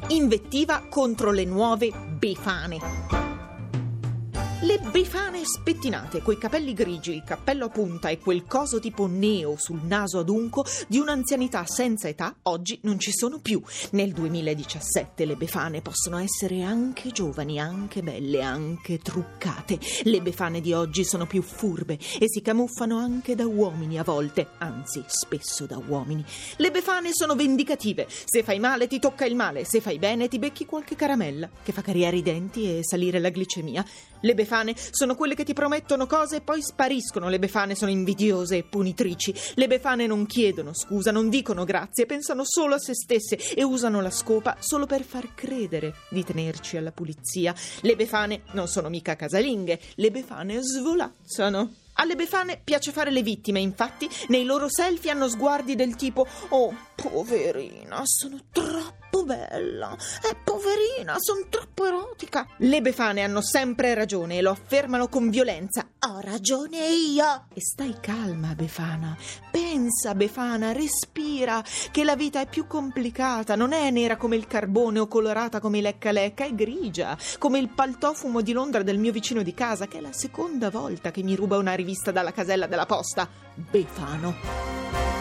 Invettiva contro le nuove Befane. Le Befane spettinate, coi capelli grigi, il cappello a punta e quel coso tipo neo sul naso adunco di un'anzianità senza età, oggi non ci sono più. Nel 2017 le Befane possono essere anche giovani, anche belle, anche truccate. Le Befane di oggi sono più furbe e si camuffano anche da uomini a volte, anzi spesso da uomini. Le Befane sono vendicative. Se fai male ti tocca il male, se fai bene ti becchi qualche caramella che fa cariare i denti e salire la glicemia. Le Befane sono quelle che ti promettono cose e poi spariscono. Le Befane sono invidiose e punitrici. Le Befane non chiedono scusa, non dicono grazie, pensano solo a se stesse e usano la scopa solo per far credere di tenerci alla pulizia. Le Befane non sono mica casalinghe, le Befane svolazzano. Alle Befane piace fare le vittime, infatti nei loro selfie hanno sguardi del tipo «Oh, poverina, sono troppo bella, poverina, sono troppo erotica». Le Befane hanno sempre ragione e lo affermano con violenza. «Ho ragione io!» E stai calma, Befana. Pensa, Befana, respira, che la vita è più complicata, non è nera come il carbone o colorata come i lecca-lecca, è grigia, come il paltofumo di Londra del mio vicino di casa, che è la seconda volta che mi ruba una rivista dalla casella della posta. Befano.